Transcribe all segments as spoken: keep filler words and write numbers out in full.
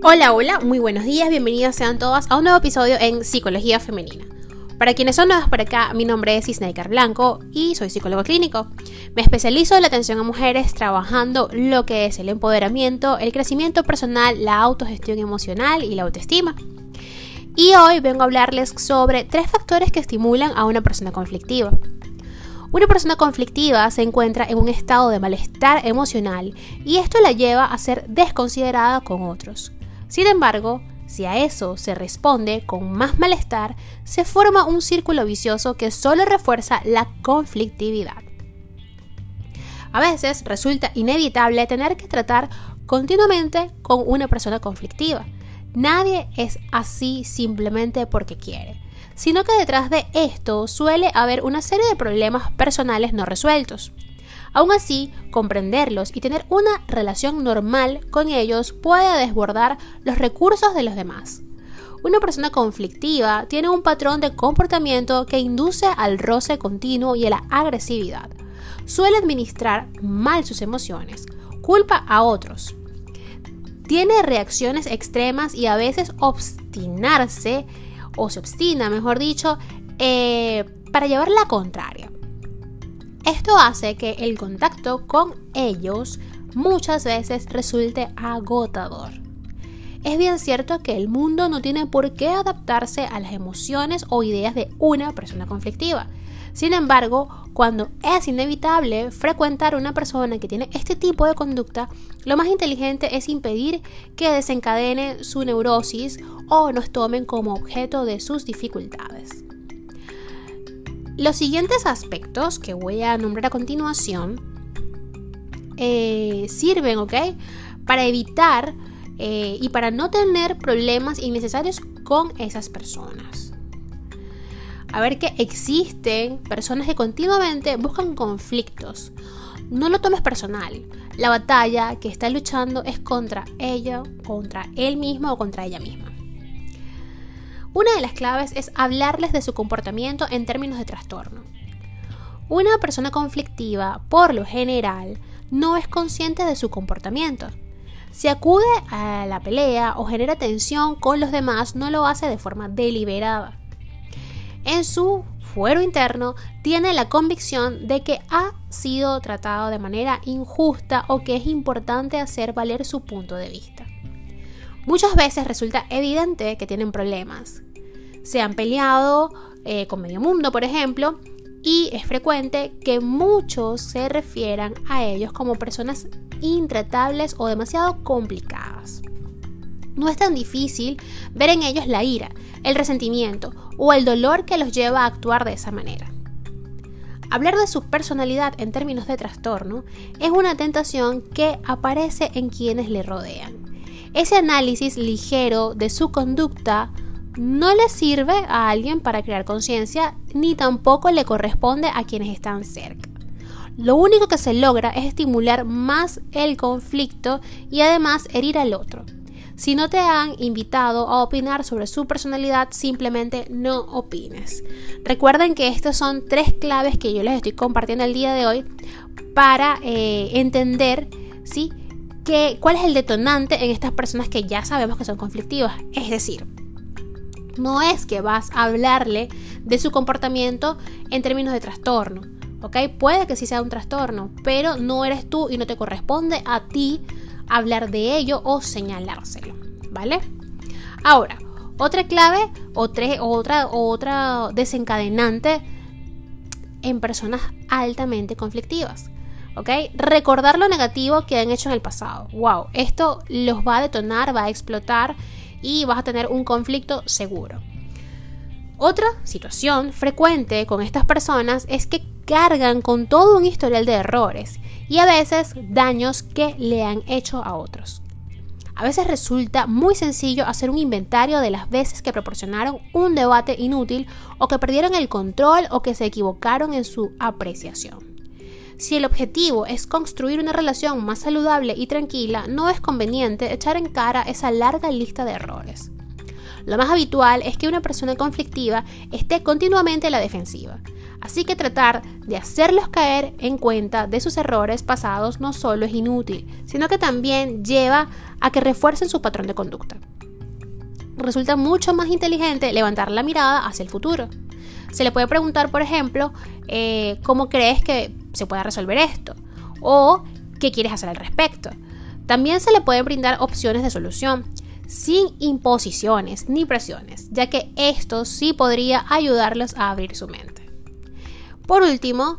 Hola, hola, muy buenos días, bienvenidas sean todas a un nuevo episodio en Psicología Femenina. Para quienes son nuevos por acá, mi nombre es Isneikar Blanco y soy psicólogo clínico. Me especializo en la atención a mujeres trabajando lo que es el empoderamiento, el crecimiento personal, la autogestión emocional y la autoestima. Y hoy vengo a hablarles sobre tres factores que estimulan a una persona conflictiva. Una persona conflictiva se encuentra en un estado de malestar emocional y esto la lleva a ser desconsiderada con otros. Sin embargo, si a eso se responde con más malestar, se forma un círculo vicioso que solo refuerza la conflictividad. A veces resulta inevitable tener que tratar continuamente con una persona conflictiva. Nadie es así simplemente porque quiere, sino que detrás de esto suele haber una serie de problemas personales no resueltos. Aún así, comprenderlos y tener una relación normal con ellos puede desbordar los recursos de los demás. Una persona conflictiva tiene un patrón de comportamiento que induce al roce continuo y a la agresividad. Suele administrar mal sus emociones, culpa a otros. Tiene reacciones extremas y a veces obstinarse, o se obstina, mejor dicho, eh, para llevar la contraria. Esto hace que el contacto con ellos muchas veces resulte agotador. Es bien cierto que el mundo no tiene por qué adaptarse a las emociones o ideas de una persona conflictiva. Sin embargo, cuando es inevitable frecuentar a una persona que tiene este tipo de conducta, lo más inteligente es impedir que desencadene su neurosis o nos tomen como objeto de sus dificultades. Los siguientes aspectos que voy a nombrar a continuación eh, sirven, ¿ok?, para evitar eh, y para no tener problemas innecesarios con esas personas. A ver que existen personas que continuamente buscan conflictos. No lo tomes personal. La batalla que está luchando es contra ella, contra él mismo o contra ella misma. Una de las claves es hablarles de su comportamiento en términos de trastorno. Una persona conflictiva, por lo general, no es consciente de su comportamiento. Si acude a la pelea o genera tensión con los demás, no lo hace de forma deliberada. En su fuero interno tiene la convicción de que ha sido tratado de manera injusta o que es importante hacer valer su punto de vista. Muchas veces resulta evidente que tienen problemas. Se han peleado eh, con medio mundo, por ejemplo, y es frecuente que muchos se refieran a ellos como personas intratables o demasiado complicadas. No es tan difícil ver en ellos la ira, el resentimiento o el dolor que los lleva a actuar de esa manera. Hablar de su personalidad en términos de trastorno es una tentación que aparece en quienes le rodean. Ese análisis ligero de su conducta no le sirve a alguien para crear conciencia, ni tampoco le corresponde a quienes están cerca. Lo único que se logra es estimular más el conflicto y además herir al otro. Si no te han invitado a opinar sobre su personalidad, simplemente no opines. Recuerden que estas son tres claves que yo les estoy compartiendo el día de hoy para eh, entender, ¿sí?, que, cuál es el detonante en estas personas que ya sabemos que son conflictivas. Es decir, no es que vas a hablarle de su comportamiento en términos de trastorno, ¿ok? Puede que sí sea un trastorno, pero no eres tú y no te corresponde a ti hablar de ello o señalárselo, ¿vale? Ahora, otra clave o tres, otra, otra desencadenante en personas altamente conflictivas, ¿ok? Recordar lo negativo que han hecho en el pasado. Wow, esto los va a detonar, va a explotar y vas a tener un conflicto seguro. Otra situación frecuente con estas personas es que cargan con todo un historial de errores y a veces daños que le han hecho a otros. A veces resulta muy sencillo hacer un inventario de las veces que proporcionaron un debate inútil o que perdieron el control o que se equivocaron en su apreciación. Si el objetivo es construir una relación más saludable y tranquila, no es conveniente echar en cara esa larga lista de errores. Lo más habitual es que una persona conflictiva esté continuamente a la defensiva. Así que tratar de hacerlos caer en cuenta de sus errores pasados no solo es inútil, sino que también lleva a que refuercen su patrón de conducta. Resulta mucho más inteligente levantar la mirada hacia el futuro. Se le puede preguntar, por ejemplo, eh, ¿cómo crees que se pueda resolver esto? O ¿qué quieres hacer al respecto? También se le pueden brindar opciones de solución, sin imposiciones ni presiones, ya que esto sí podría ayudarlos a abrir su mente. Por último,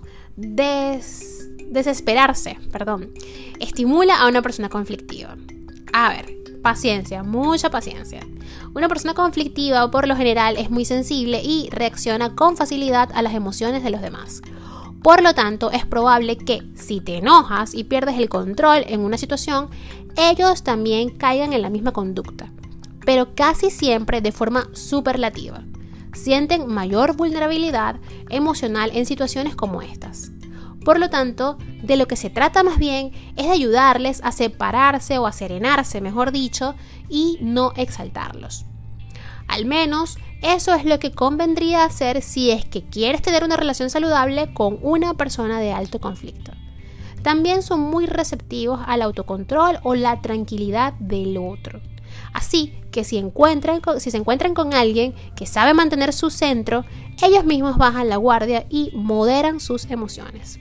des- desesperarse, perdón, estimula a una persona conflictiva. A ver, paciencia, mucha paciencia. Una persona conflictiva por lo general es muy sensible y reacciona con facilidad a las emociones de los demás. Por lo tanto, es probable que si te enojas y pierdes el control en una situación, ellos también caigan en la misma conducta, pero casi siempre de forma superlativa. Sienten mayor vulnerabilidad emocional en situaciones como estas. Por lo tanto, de lo que se trata más bien es de ayudarles a separarse o a serenarse, mejor dicho, y no exaltarlos. Al menos eso es lo que convendría hacer si es que quieres tener una relación saludable con una persona de alto conflicto. También son muy receptivos al autocontrol o la tranquilidad del otro. Así que si, encuentran, si se encuentran con alguien que sabe mantener su centro, ellos mismos bajan la guardia y moderan sus emociones.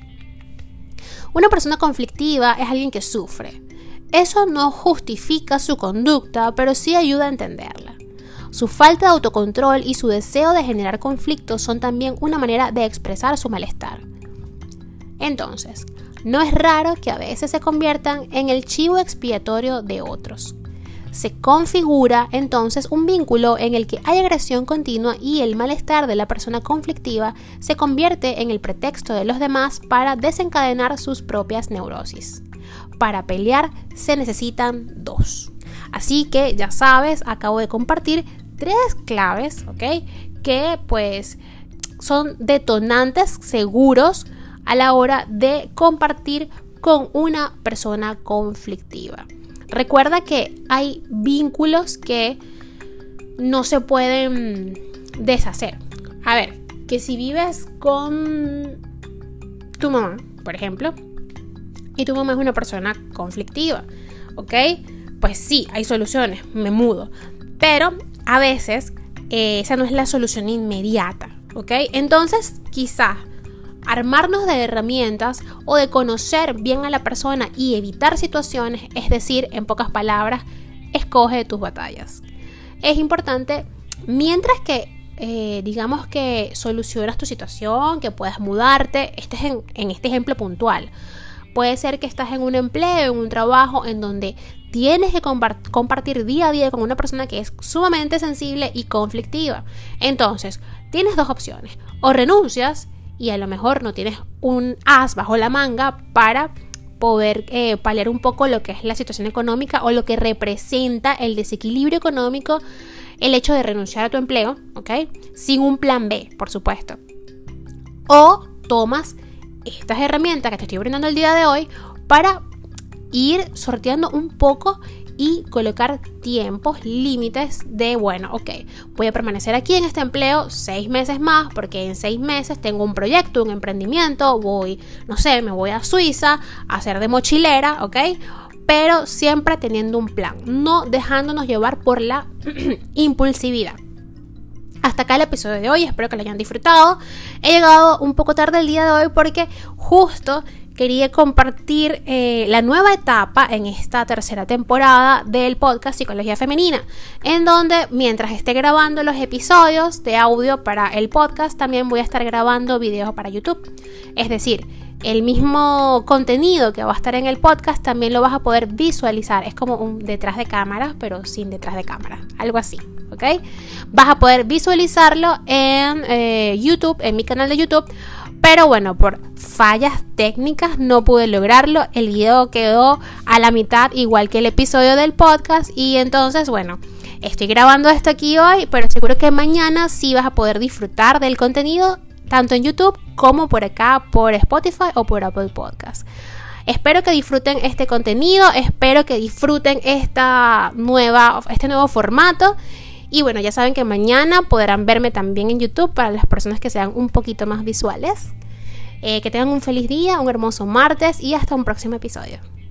Una persona conflictiva es alguien que sufre. Eso no justifica su conducta, pero sí ayuda a entenderla. Su falta de autocontrol y su deseo de generar conflictos son también una manera de expresar su malestar. Entonces, no es raro que a veces se conviertan en el chivo expiatorio de otros. Se configura entonces un vínculo en el que hay agresión continua y el malestar de la persona conflictiva se convierte en el pretexto de los demás para desencadenar sus propias neurosis. Para pelear se necesitan dos. Así que ya sabes, acabo de compartir tres claves, ¿ok? Que pues son detonantes seguros a la hora de compartir con una persona conflictiva. Recuerda que hay vínculos que no se pueden deshacer. A ver, que si vives con tu mamá, por ejemplo, y tu mamá es una persona conflictiva, ¿ok? Pues sí, hay soluciones, me mudo. Pero a veces eh, esa no es la solución inmediata, ¿ok? Entonces, quizás armarnos de herramientas o de conocer bien a la persona y evitar situaciones, es decir, en pocas palabras, escoge tus batallas. Es importante, mientras que eh, digamos que solucionas tu situación, que puedas mudarte, este es en, en este ejemplo puntual. Puede ser que estás en un empleo, en un trabajo en donde tienes que compart- compartir día a día con una persona que es sumamente sensible y conflictiva. Entonces, tienes dos opciones. O renuncias y a lo mejor no tienes un as bajo la manga para poder eh, paliar un poco lo que es la situación económica o lo que representa el desequilibrio económico, el hecho de renunciar a tu empleo, ¿ok? Sin un plan B, por supuesto. O tomas estas herramientas que te estoy brindando el día de hoy para ir sorteando un poco y colocar tiempos, límites de, bueno, ok, voy a permanecer aquí en este empleo seis meses más porque en seis meses tengo un proyecto, un emprendimiento, voy, no sé, me voy a Suiza a hacer de mochilera, ok, pero siempre teniendo un plan, no dejándonos llevar por la impulsividad. Hasta acá el episodio de hoy, espero que lo hayan disfrutado. He llegado un poco tarde el día de hoy porque justo quería compartir eh, la nueva etapa en esta tercera temporada del podcast Psicología Femenina, en donde mientras esté grabando los episodios de audio para el podcast, también voy a estar grabando videos para YouTube. Es decir, el mismo contenido que va a estar en el podcast también lo vas a poder visualizar. Es como un detrás de cámaras, pero sin detrás de cámaras, algo así, ¿ok? Vas a poder visualizarlo en eh, YouTube, en mi canal de YouTube. Pero bueno, por fallas técnicas no pude lograrlo. El video quedó a la mitad, igual que el episodio del podcast. Y entonces, bueno, estoy grabando esto aquí hoy, pero seguro que mañana sí vas a poder disfrutar del contenido, tanto en YouTube como por acá, por Spotify o por Apple Podcast. Espero que disfruten este contenido, espero que disfruten esta nueva, este nuevo formato. Y bueno, ya saben que mañana podrán verme también en YouTube para las personas que sean un poquito más visuales. Eh, que tengan un feliz día, un hermoso martes y hasta un próximo episodio.